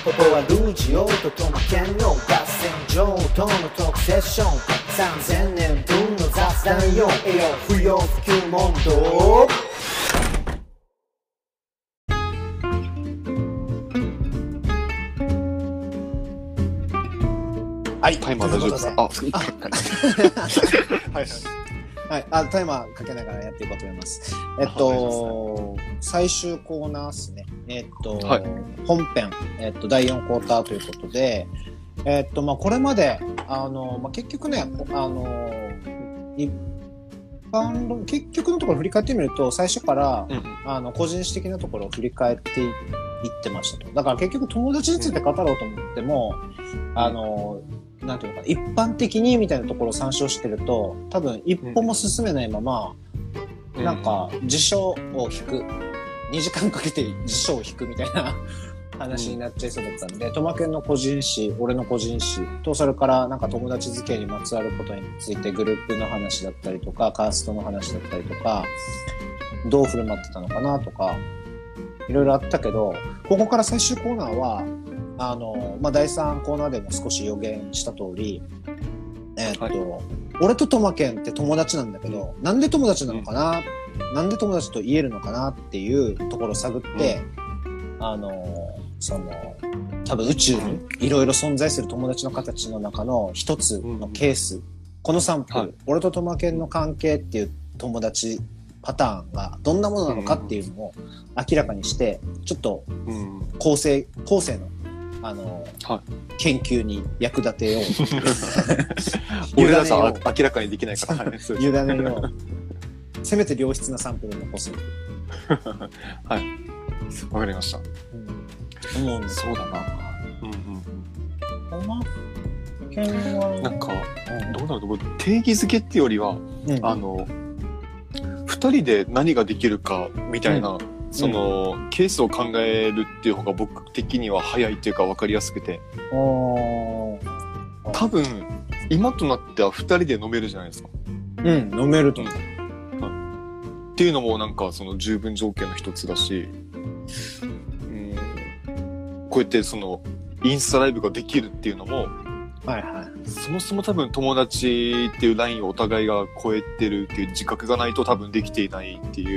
ここはルージオとトマケンの合戦場とのトークセッション3000年分の雑談よ栄養不要不急問答はい、タイマー大丈夫ですか？はいはい、タイマーかけながらやっていこうと思います。最終コーナーですね。はい、本編、第4クォーターということで、これまで、結局ね、結局のところ振り返ってみると、最初から、個人史的なところを振り返っていってましたと。だから結局友達について語ろうと思っても、なんていうのかな、一般的にみたいなところを参照してると、多分一歩も進めないまま、なんか辞書を引く、2時間かけて辞書を引くみたいな話になっちゃいそうだったんで、トマケンの個人史、俺の個人史と、それからなんか友達付き合いにまつわることについてグループの話だったりとか、カーストの話だったりとか、どう振る舞ってたのかなとか、いろいろあったけど、ここから最終コーナーは、第3コーナーでも少し予言した通り、俺とトマケンって友達なんだけど、なんで友達なのかな、なんで友達と言えるのかなっていうところを探って、多分宇宙にいろいろ存在する友達の形の中の一つのケース、このサンプル、俺とトマケンの関係っていう友達パターンがどんなものなのかっていうのを明らかにして、ちょっと後世の研究に役立てよう。 俺らさん明らかにできないから、ね、 委ねよう。せめて良質なサンプルを残す。 はい。わかりました。 思うんです。 そうだな。なんか、どうなると定義づけっていうよりは、二人で何ができるかみたいな、ケースを考えるっていう方が僕的には早いっていうか分かりやすくて、多分今となっては2人で飲めるじゃないですか。 飲めると思う。 っていうのもなんかその十分条件の一つだし、こうやってそのインスタライブができるっていうのも、そもそも多分友達っていうラインをお互いが超えてるっていう自覚がないと多分できていないっていう。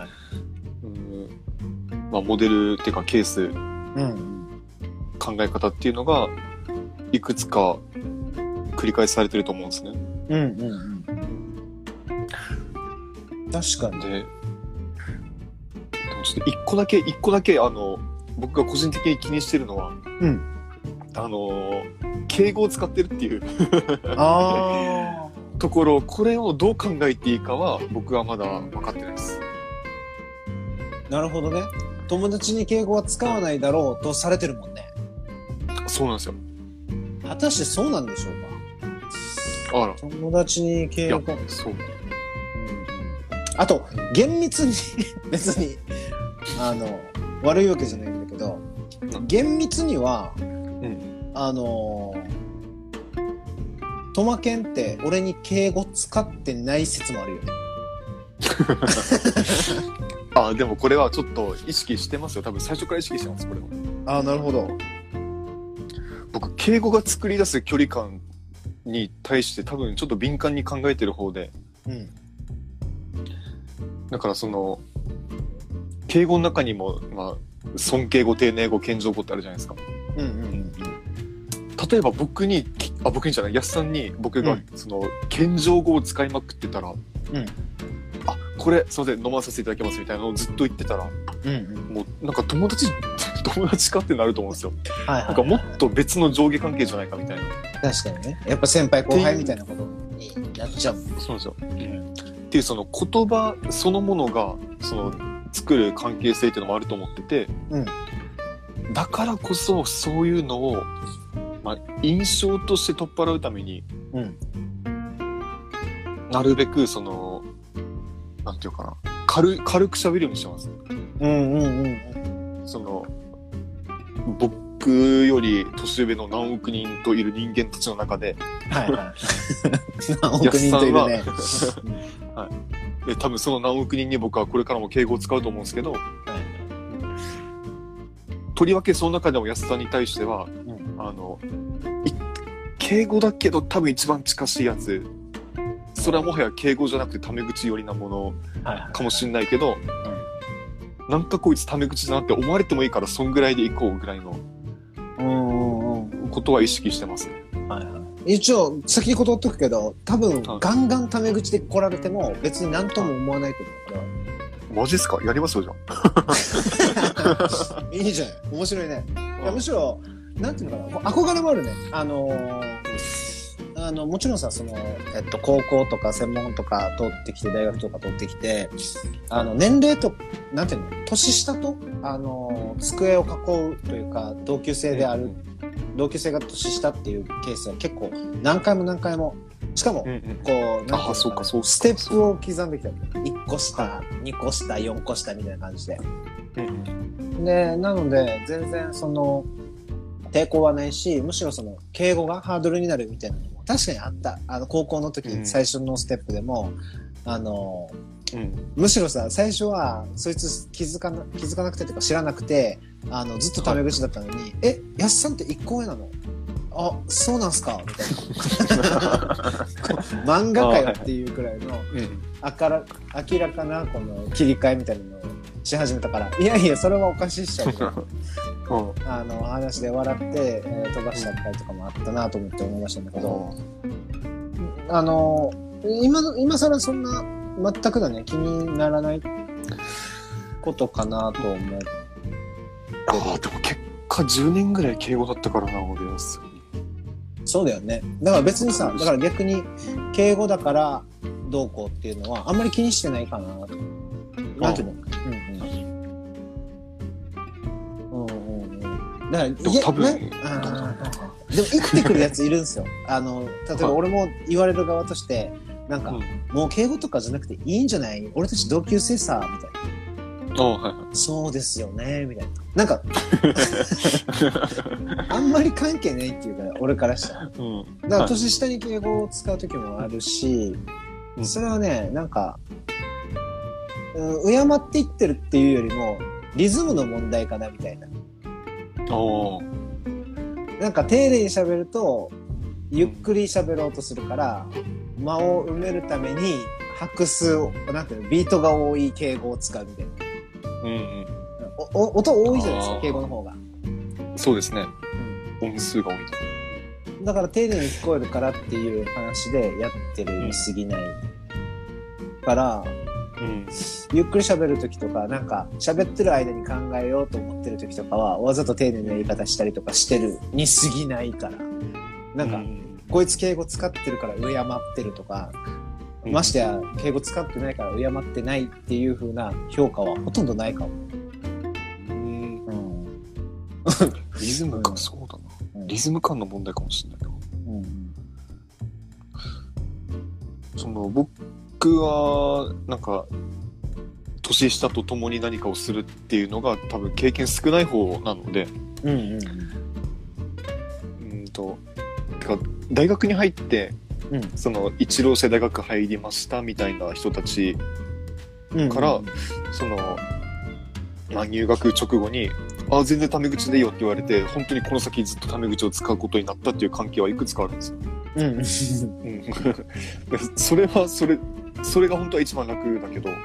モデルっていうかケース、考え方っていうのがいくつか繰り返されてると思うんですね。 確かに。 でもちょっと一個だけ僕が個人的に気にしてるのは、敬語を使ってるっていうところ、これをどう考えていいかは僕はまだ分かってないです。 なるほどね。友達に敬語は使わないだろうとされてるもんね。 そうなんですよ。 果たしてそうなんでしょうか。友達に敬語。 そう。 あと厳密に別に悪いわけじゃないんだけど、厳密には、トマケンって俺に敬語使ってない説もあるよね。 でもこれはちょっと意識してますよ。多分最初から意識してます、これは。 なるほど。 僕、敬語が作り出す距離感に対して多分ちょっと敏感に考えてる方で。だからその、敬語の中にも、尊敬語、丁寧語、謙譲語ってあるじゃないですか。例えば僕にじゃない、安さんに僕がその、謙譲語を使いまくってたら、これすいません飲まさせていただきますみたいなのをずっと言ってたら、もうなんか友達かってなると思うんですよ。なんかもっと別の上下関係じゃないかみたいな。 確かにね。やっぱ先輩後輩みたいなことになっちゃう。 そうですよ。っていうその言葉そのものがその作る関係性っていうのもあると思ってて、だからこそそういうのを、印象として取っ払うために、なるべくそのなんていうかな、軽く喋るようにしてます。その僕より年上の何億人といる人間たちの中で、 何億人といるね。 多分その何億人に僕はこれからも敬語を使うと思うんですけど、 とりわけその中でも安さんに対しては、敬語だけど多分一番近しいやつ、それはもはや敬語じゃなくてタメ口寄りなものかもしれないけど、なんかこいつタメ口だなって思われてもいいからそんぐらいでいこうぐらいのことは意識してますね。 一応先に断っとくけど、多分ガンガンタメ口で来られても別に何とも思わないと思うから。 マジですか？やりますよじゃん。いいじゃん、面白いね。いやむしろなんていうのかな、憧れもあるね。もちろんさ、その高校とか専門とか通ってきて、大学とか通ってきて、年齢となんていうの、年下と机を囲うというか、同級生である、同級生が年下っていうケースは結構何回も、しかもこうなんていうのかな、ステップを刻んできた。1個下、2個下、4個下みたいな感じで。でなので全然その抵抗はないし、むしろその敬語がハードルになるみたいなのも確かにあった。高校の時、最初のステップでもむしろさ、最初はそいつ気づかなくてとか知らなくてずっとタメ口だったのに、やすさんって1個上なの？あ、そうなんすかみたいな漫画かよっていうくらいの明らかなこの切り替えみたいなのをし始めたから、いやいやそれはおかしいっしょみたいな話で笑って、飛ばしちゃったりとかもあったなと思いましたんだけど、今更そんな全くだね、気にならないことかなと思ってる。 でも結果10年ぐらい敬語だったからな、俺は。 そうだよね。だから別にさ、だから逆に敬語だからどうこうっていうのはあんまり気にしてないかなと。なんていうの？だからでも多分でも生きてくるやついるんですよ。例えば俺も言われる側としてなんか、もう敬語とかじゃなくていいんじゃない？俺たち同級生さみたいな。そうですよねみたいな。なんかあんまり関係ないっていうか、俺からしたら。だから年下に敬語を使う時もあるし、それはね、なんか敬っていってるっていうよりもリズムの問題かなみたいな。なんか丁寧に喋るとゆっくり喋ろうとするから、間を埋めるために拍数を、なんていうの、ビートが多い敬語を使うみたいな。音多いじゃないですか、敬語の方が。 そうですね。音数が多い。 だから丁寧に聞こえるからっていう話でやってるに過ぎないから、ゆっくり喋るときとか、なんか喋ってる間に考えようと思ってるときとかはわざと丁寧な言い方したりとかしてるに過ぎないから、なんか、こいつ敬語使ってるから敬ってるとか、ましてや敬語使ってないから敬ってないっていう風な評価はほとんどないかも。 リズム感、そうだな。リズム感の問題かもしれないな。その僕はなんか年下と共に何かをするっていうのが多分経験少ない方なので、てか大学に入って、その一浪して大学入りましたみたいな人たちから、その入学直後に全然タメ口でいいよって言われて、本当にこの先ずっとタメ口を使うことになったっていう関係はいくつかあるんですよ。それが本当は一番楽だけど、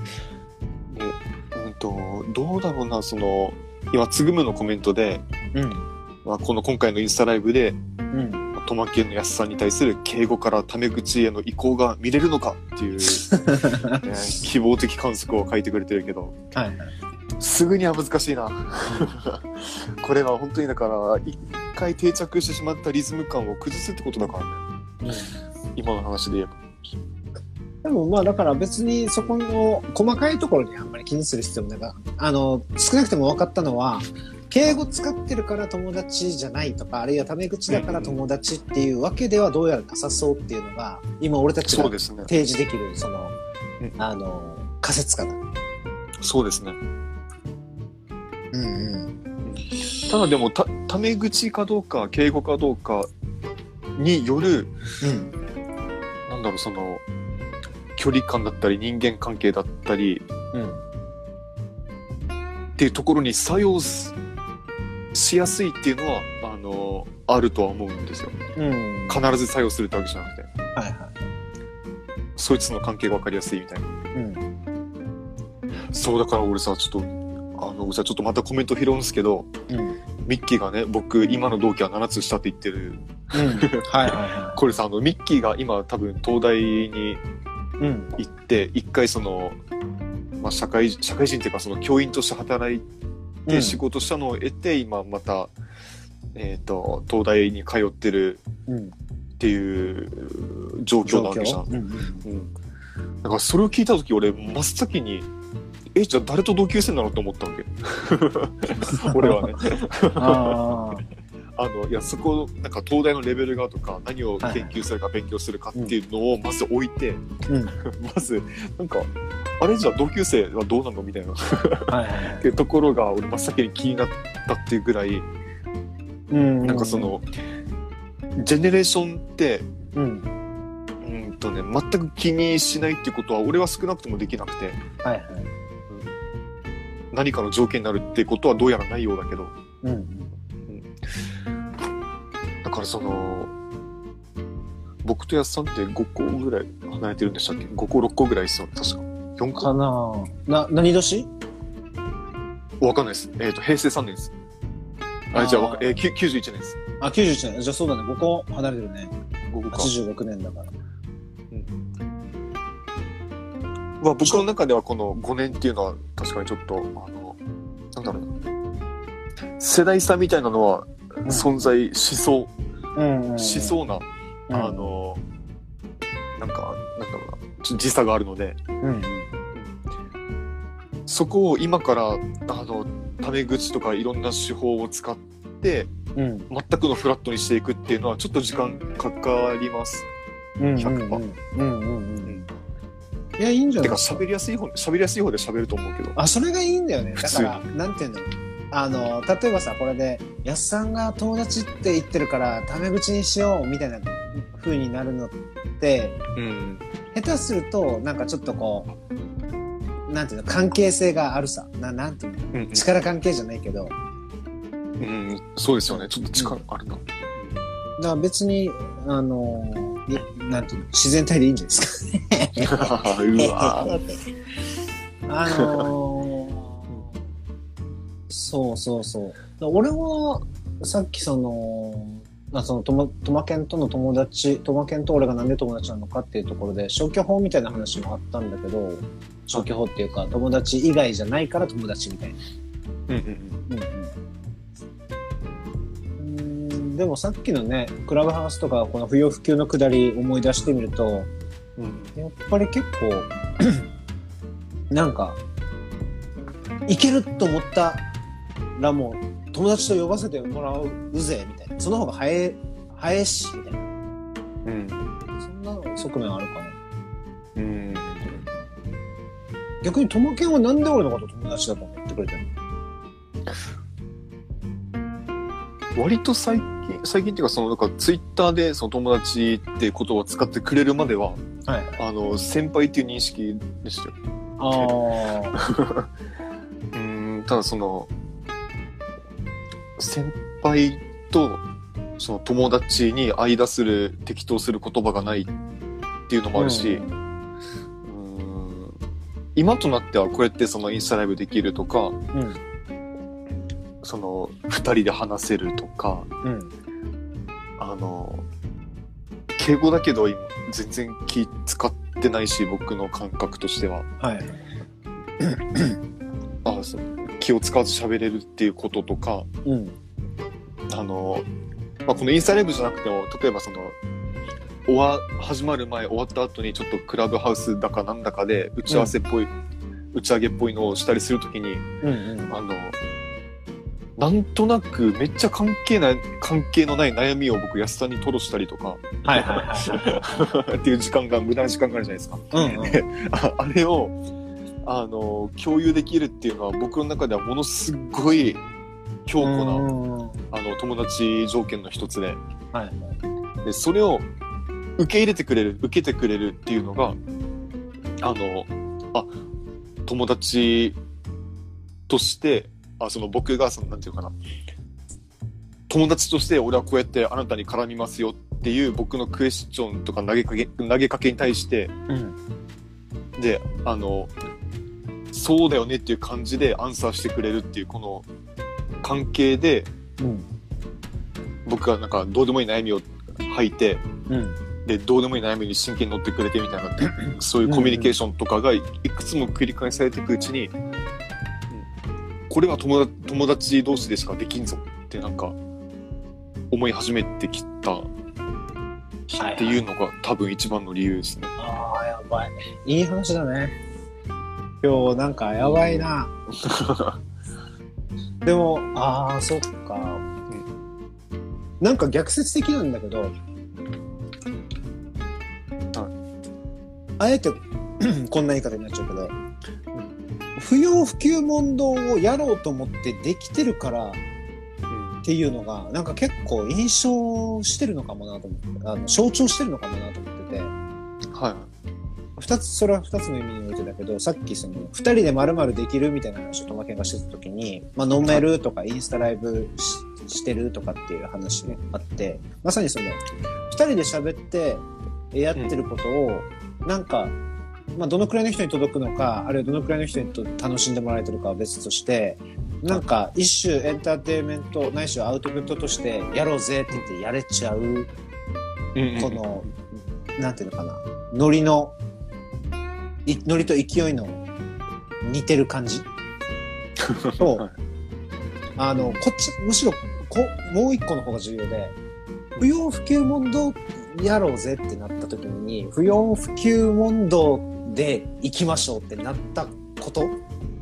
どうだろうな、その今つぐむのコメントで、この今回のインスタライブで、トマケンのやすさんに対する敬語からタメ口への移行が見れるのかっていう、希望的観測を書いてくれてるけど、すぐには難しいな。これは本当にだから一回定着してしまったリズム感を崩すってことだからね。今の話で言えば。 でもまあだから別にそこの細かいところにあんまり気にする必要もないが、少なくとも分かったのは、敬語使ってるから友達じゃないとか、あるいはタメ口だから友達っていうわけではどうやらなさそうっていうのが、今俺たちが提示できるその、仮説かな。 そうですね。ただでもタメ口かどうか敬語かどうかによる、なんだろう、その距離感だったり人間関係だったり、っていうところに作用しやすいっていうのはあるとは思うんですよ。 うん。 必ず作用するってわけじゃなくて、 はいはい。 そいつの関係が分かりやすいみたいな。 うん。 そうだから俺さちょっとちょっとまたコメント拾うんですけど、 うん、 ミッキーがね僕今の同期は7つ下って言ってる、 うん、はいはいはい。 これさミッキーが今多分東大に行って一回その、まあ、社会人っていうかその教員として働いて仕事したのを得て、今また東大に通ってるっていう状況なわけじゃん。うんうん、だからそれを聞いた時俺真っ先にじゃあ誰と同級生なのと思ったわけ俺はねいやそこなんか東大のレベルがとか何を研究するか勉強するかっていうのをまず置いて、まずなんかあれじゃあ同級生はどうなのみたいなっていうところが俺真っ先に気になったっていうぐらい、なんかそのジェネレーションって全く気にしないっていうことは俺は少なくともできなくて、何かの条件になるってことはどうやらないようだけど、だからその僕とやすさんって5個ぐらい離れてるんでしたっけ。5個6個ぐらいですよね確か。4個かな。何年？ わかんないです。平成3年です。じゃあ91年です。 91年。じゃあそうだね、5個離れてるね。5個か。86年だから。 まあ、僕の中ではこの5年っていうのは確かにちょっとなんだろうな、世代差みたいなのは存在しそう、しそうななんだろうな時差があるので、そこを今からタメ口とかいろんな手法を使って、全くのフラットにしていくっていうのはちょっと時間かかります。100%。 いや、いいんじゃない。 てか喋りやすい方で喋ると思うけど。 それがいいんだよね。だからなんていうの、例えばさ、これでやすさんが友達って言ってるからタメ口にしようみたいな風になるのって、下手するとなんかちょっとこうなんていうの、関係性があるさ、なんていうの、力関係じゃないけど、 そうですよね。ちょっと力あるな。だから別になんていうの、自然体でいいんじゃないですかね。うわそう。俺はさっきそのトマケンとの友達、トマケンと俺がなんで友達なのかっていうところで消去法みたいな話もあったんだけど、消去法っていうか友達以外じゃないから友達みたいな。でもさっきのね、クラブハウスとかこの不要不急のくだり思い出してみると、やっぱり結構なんかいけると思ったらもう友達と呼ばせてもらうぜみたいな、その方が早いしみたいな、そんな側面あるかな。逆にともけんはなんで俺のこと友達だと思ってくれてるの？割と最近っていうかそのなんかツイッターでその友達っていう言葉を使ってくれるまでは、先輩っていう認識でしたよ。ただその先輩とその友達に間する適当する言葉がないっていうのもあるし、今となってはこうやってそのインスタライブできるとか、その2人で話せるとか、敬語だけど全然気使ってないし、僕の感覚としては、気を使わず喋れるっていうこととか、このインスタライブじゃなくても、例えばその始まる前終わった後にちょっとクラブハウスだかなんだかで打ち合わせっぽい、打ち上げっぽいのをしたりするときに、なんとなくめっちゃ関係のない悩みを僕安さんに吐露したりとかっていう無駄な時間があるじゃないですか。あれを共有できるっていうのは僕の中ではものすごい強固な友達条件の一つで、でそれを受けてくれるっていうのが友達としてその僕がなんていうかな、 友達として俺はこうやってあなたに絡みますよっていう僕のクエスチョンとか投げかけに対して、でそうだよねっていう感じでアンサーしてくれるっていうこの関係で、僕がなんかどうでもいい悩みを吐いて、でどうでもいい悩みに真剣に乗ってくれてみたいなそういうコミュニケーションとかがいくつも繰り返されていくうちに、これは友達同士でしかできんぞってなんか思い始めてきたっていうのが多分一番の理由ですね。 ああ、やばい。いい話だね。今日なんかやばいな。でも、そっか。なんか逆説的なんだけど、あえてこんな言い方になっちゃうけど、不要不急問答をやろうと思ってできてるからっていうのがなんか結構印象してるのかもなと思って、象徴してるのかもなと思ってて、それは2つの意味においてだけど、さっきその2人で〇〇できるみたいな話をトマケンがしてた時に、飲めるとかインスタライブしてるとかっていう話があって、まさにその2人で喋ってやってることをなんか、どのくらいの人に届くのか、あるいはどのくらいの人に楽しんでもらえてるかは別として、なんか一種エンターテインメントないしはアウトプットとしてやろうぜって言ってやれちゃう、このなんていうのかな、ノリと勢いの似てる感じとこっちむしろもう一個の方が重要で、不要不急問答やろうぜってなった時に不要不急問答で行きましょうってなったこと、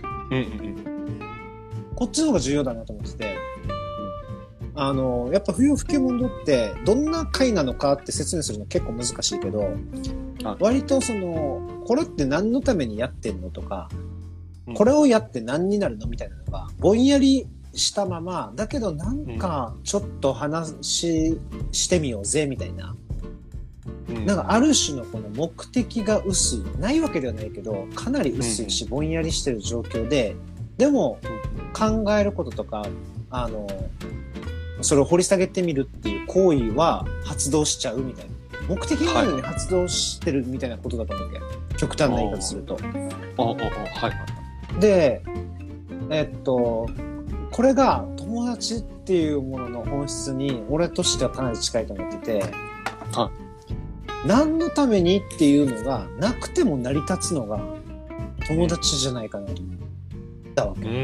こっちの方が重要だなと思ってて、やっぱ不要不急問答ってどんな会なのかって説明するの結構難しいけど、割とそのこれって何のためにやってんのとか、これをやって何になるのみたいなのがぼんやりしたままだけど、なんかちょっと話してみようぜみたいな、なんかある種のこの目的が薄い、ないわけではないけどかなり薄いしぼんやりしてる状況で、でも考えることとかそれを掘り下げてみるっていう行為は発動しちゃうみたいな、目的があるのに発動してるみたいなことだと思うけど、極端な言い方すると。で、これが友達っていうものの本質に俺としてはかなり近いと思ってて、何のためにっていうのがなくても成り立つのが友達じゃないかなと思ったわけ。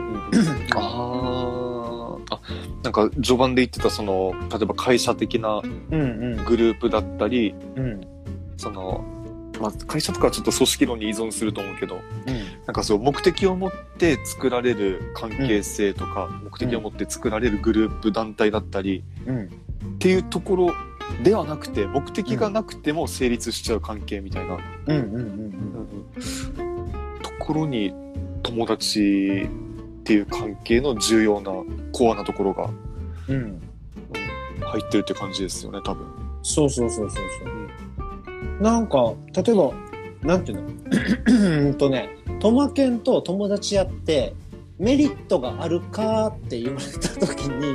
なんか序盤で言ってたその例えば会社的なグループだったり、その会社とかはちょっと組織論に依存すると思うけど、なんかそう目的を持って作られる関係性とか、目的を持って作られるグループ団体だったり、っていうところではなくて、目的がなくても成立しちゃう関係みたいなところに友達っていう関係の重要なコアなところが、入ってるって感じですよね、多分。 そう。なんか例えばなんていうのトマケンと友達やってメリットがあるかって言われた時に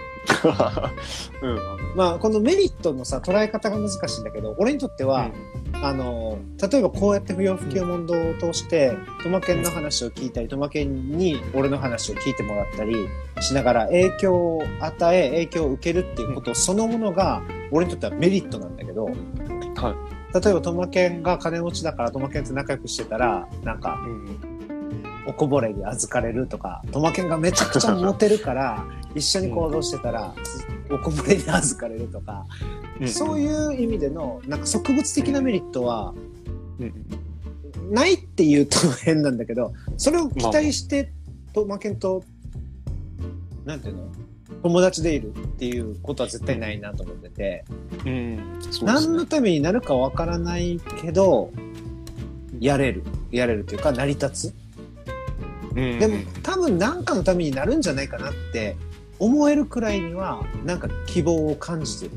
このメリットのさ捉え方が難しいんだけど、俺にとっては、例えばこうやって不要不急問答を通してトマケンの話を聞いたり、トマケンに俺の話を聞いてもらったりしながら影響を与え影響を受けるっていうことそのものが俺にとってはメリットなんだけど、例えばトマケンが金持ちだからトマケンと仲良くしてたらなんか、おこぼれに預かれるとか、トマケンがめちゃくちゃモテるから一緒に行動してたら、おこぼれに預かれるとか、そういう意味でのなんか植物的なメリットは、ないって言うと変なんだけど、それを期待してトマケンとなんていうの友達でいるっていうことは絶対ないなと思ってて、何のためになるかわからないけどやれるというか成り立つ、でも多分何かのためになるんじゃないかなって思えるくらいにはなんか希望を感じてる、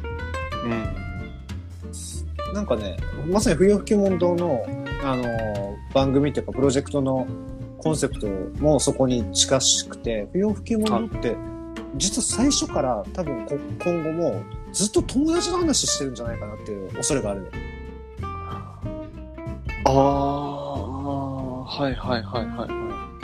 なんかね、まさに不要不急問答の、番組というかプロジェクトのコンセプトもそこに近しくて、不要不急問答って実は最初から多分今後もずっと友達の話してるんじゃないかなっていう恐れがある。 ああ、はいはいはいはい。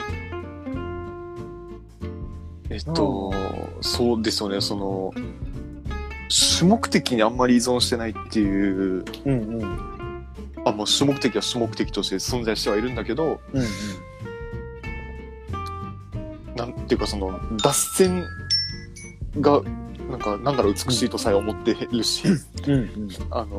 そうですよね。その主目的にあんまり依存してないっていう。うんうん。もう主目的は主目的として存在してはいるんだけど、うんうん、なんていうかその脱線がなんだろう美しいとさえ思ってるし、うんうん、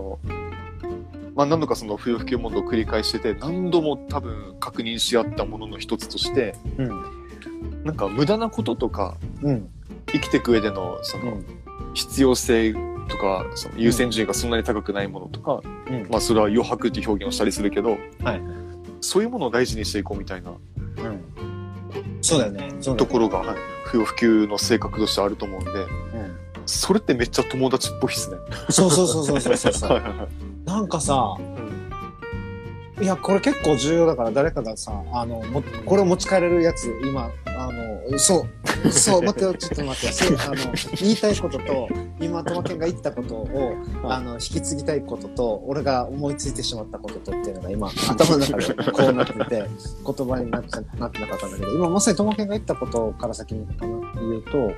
何度かその不要不急問題を繰り返してて何度も多分確認し合ったものの一つとして、うん、なんか無駄なこととか、うん、生きていく上でのその、必要性とかその優先順位がそんなに高くないものとか、それは余白っていう表現をしたりするけど、はい、そういうものを大事にしていこうみたいな、 そうだよね。 ところが、はい、不要不急の性格としてあると思うんで、それってめっちゃ友達っぽいっすね。 そうなんかさ、いやこれ結構重要だから誰かがさこれを持ち帰れるやつ今そう待ってよちょっと待ってよ言いたいことと今トマケンが言ったことを引き継ぎたいことと俺が思いついてしまったこととっていうのが今頭の中でこうなってて言葉になってなかったんだけど今まさにトマケンが言ったことから先に言うと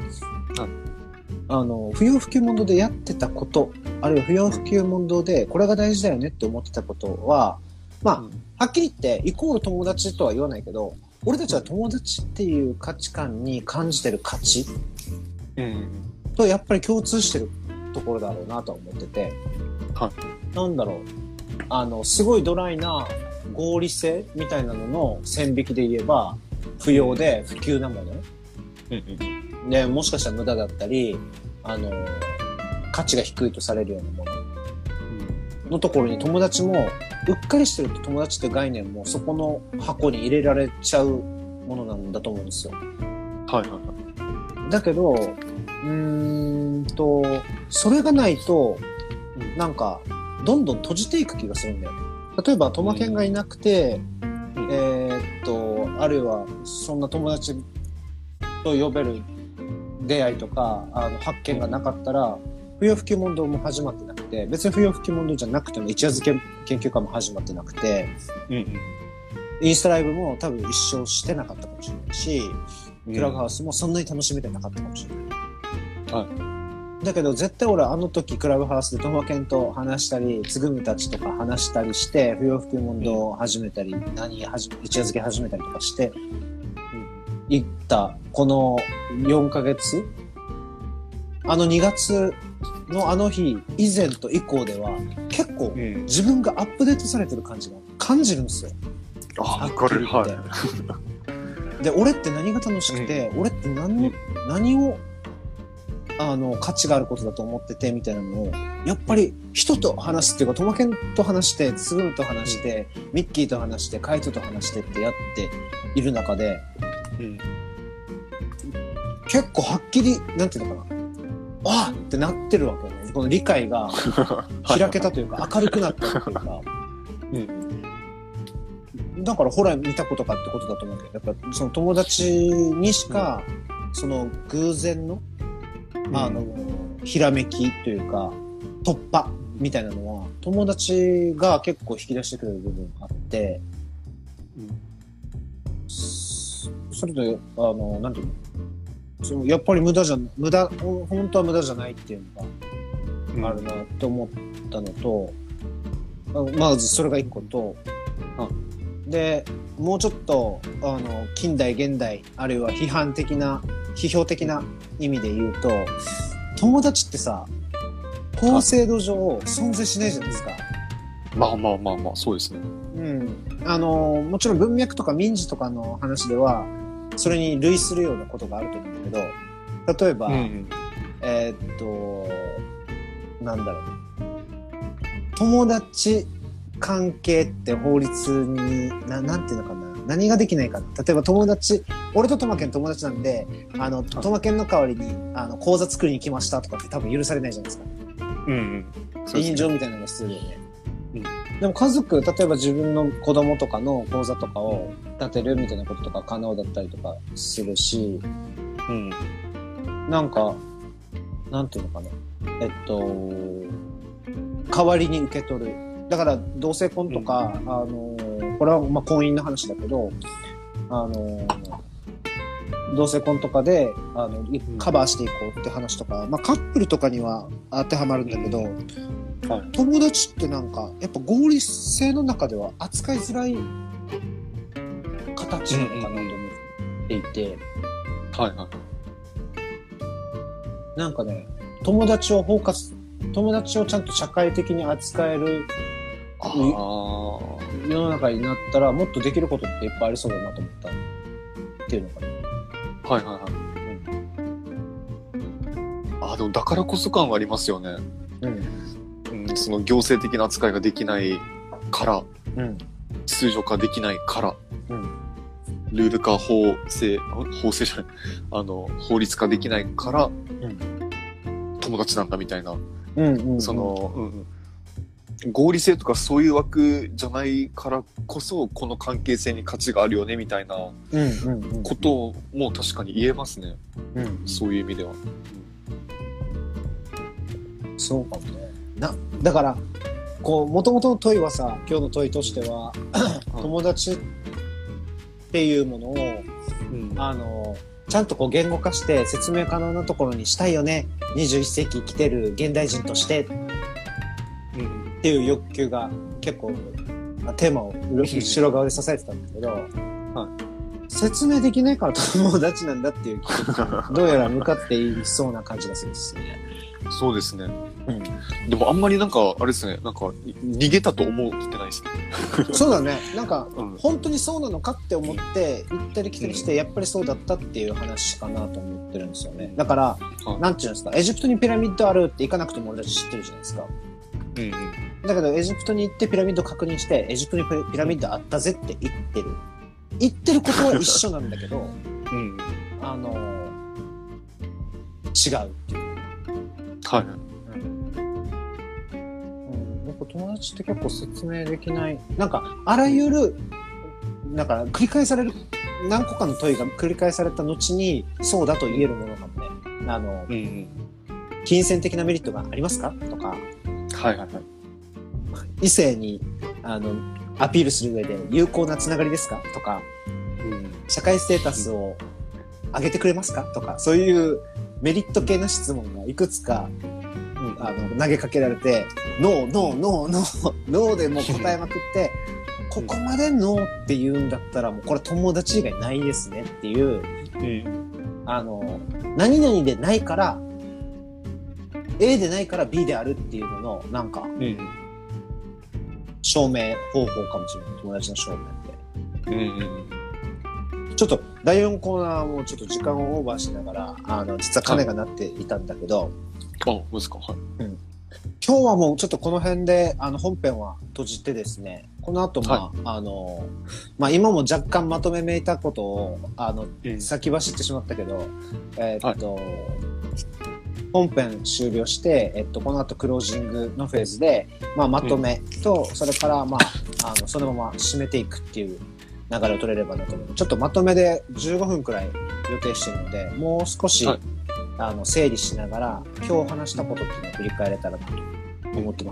不要不急問答でやってたことあるいは不要不急問答でこれが大事だよねって思ってたことははっきり言ってイコール友達とは言わないけど俺たちは友達っていう価値観に感じてる価値、とやっぱり共通してるところだろうなとは思ってて、なんだろうすごいドライな合理性みたいなのの線引きで言えば不要で不急なもの、でもしかしたら無駄だったり価値が低いとされるようなもののところに友達もうっかりしてると友達って概念もそこの箱に入れられちゃうものなんだと思うんですよ。だけどそれがないとなんかどんどん閉じていく気がするんだよね。例えばトマケンがいなくて、あるいはそんな友達と呼べる出会いとか発見がなかったら不要不急問答も始まってなくて別に不要不急問答じゃなくても一夜漬け研究会も始まってなくて、インスタライブも多分一生してなかったかもしれないし、クラブハウスもそんなに楽しめてなかったかもしれない、だけど絶対俺あの時クラブハウスでトマケンと話したりつぐみたちとか話したりして不要不急問答を始めたり、一夜漬け始めたりとかして、行ったこの4ヶ月2月のあの日以前と以降では結構自分がアップデートされてる感じが感じるんですよ。 わかる。 で俺って何が楽しくて、俺って何を価値があることだと思っててみたいなのをやっぱり人と話すっていうかトマケンと話してつぐみと話して、ミッキーと話してカイトと話してってやっている中で、結構はっきりなんていうのかなってなってるわけよね。この理解が開けたというか明るくなったというか、だからホラー見たことかってことだと思うけどやっぱその友達にしかその偶然のひらめきというか突破みたいなのは友達が結構引き出してくれる部分があって、それとなんていうのやっぱり本当は無駄じゃないっていうのがあるなって思ったのと、まずそれが一個と、でもうちょっと近代現代あるいは批評的な意味で言うと友達ってさ法制度上存在しないじゃないですか。 まあそうですね。 もちろん文脈とか民事とかの話ではそれに類するようなことがあると思うんだけど、例えば、なんだろう、友達関係って法律になんていうのかな、何ができないかな。例えば俺とトマケン友達なんでトマケンの代わりに口座作りに来ましたとかって多分許されないじゃないですか。委任状みたいなのが必要だよね。でも家族、例えば自分の子供とかの口座とかを立てるみたいなこととか可能だったりとかするし、 なんか、なんていうのかな。代わりに受け取る。だから、同性婚とか、これはまあ婚姻の話だけど、同性婚とかで、カバーしていこうって話とか、まあカップルとかには当てはまるんだけど、友達ってなんか、やっぱ合理性の中では扱いづらい形なのかなと思っていて、 はいはい。 なんかね、友達をちゃんと社会的に扱える世の中になったら、もっとできることっていっぱいありそうだなと思ったっていうのかな。 はいはいはい。でもだからこそ感はありますよね。その行政的な扱いができないから、秩序化できないから、ルール化法制じゃない、法律化できないから、友達なんだみたいな、合理性とかそういう枠じゃないからこそこの関係性に価値があるよねみたいなことも確かに言えますね、そういう意味では、 そうかもね。だからこう元々の問いはさ、今日の問いとしては友達っていうものを、ちゃんとこう言語化して説明可能なところにしたいよね、21世紀生きてる現代人としてっていう欲求が結構テーマを後ろ側で支えてたんだけど、説明できないから友達なんだっていうどうやら向かっていそうな感じがするんですよね。 そうですね、でもあんまりなんかあれですね、なんか逃げたと思ってないですねそうだね、なんか、本当にそうなのかって思って行ったり来たりして、やっぱりそうだったっていう話かなと思ってるんですよね。だから、なんていうんですか、エジプトにピラミッドあるって行かなくても俺たち知ってるじゃないですか。だけどエジプトに行ってピラミッド確認してエジプトにピラミッドあったぜって言ってることは一緒なんだけど、違うっていう。 はい。 友達って結構説明できない。なんかあらゆるだから繰り返される何個かの問いが繰り返された後にそうだと言えるものかもね。金銭的なメリットがありますかとか。異性にアピールする上で有効なつながりですかとか、社会ステータスを上げてくれますかとか、そういうメリット系な質問がいくつか、投げかけられて、ノーでもう答えまくってここまでノーって言うんだったらもうこれ友達以外ないですねっていう、何々でないから A でないから B であるっていうののなんか、証明方法かもしれない。友達の証明って、ちょっと第4コーナーもちょっと時間をオーバーしながら実は鐘が鳴っていたんだけど、 ですか。 今日はもうちょっとこの辺で本編は閉じてですね、この後今も若干まとめめいたことを先走ってしまったけど、本編終了して、この後クロージングのフェーズで、まとめと、それから、そのまま締めていくっていう流れを取れればなと思う。ちょっとまとめで15分くらい予定してるので、もう少し、整理しながら、今日話したことっていうのを振り返れたらなと思ってます。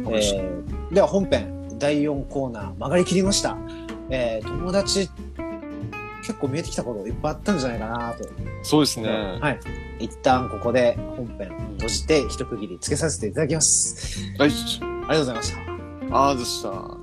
では本編、第4コーナー、曲がりきりました。友達、結構見えてきたこといっぱいあったんじゃないかなと。 そうですね。 はい。一旦ここで本編閉じて一区切りつけさせていただきます。 はい。 ありがとうございました。 ありがとうございました。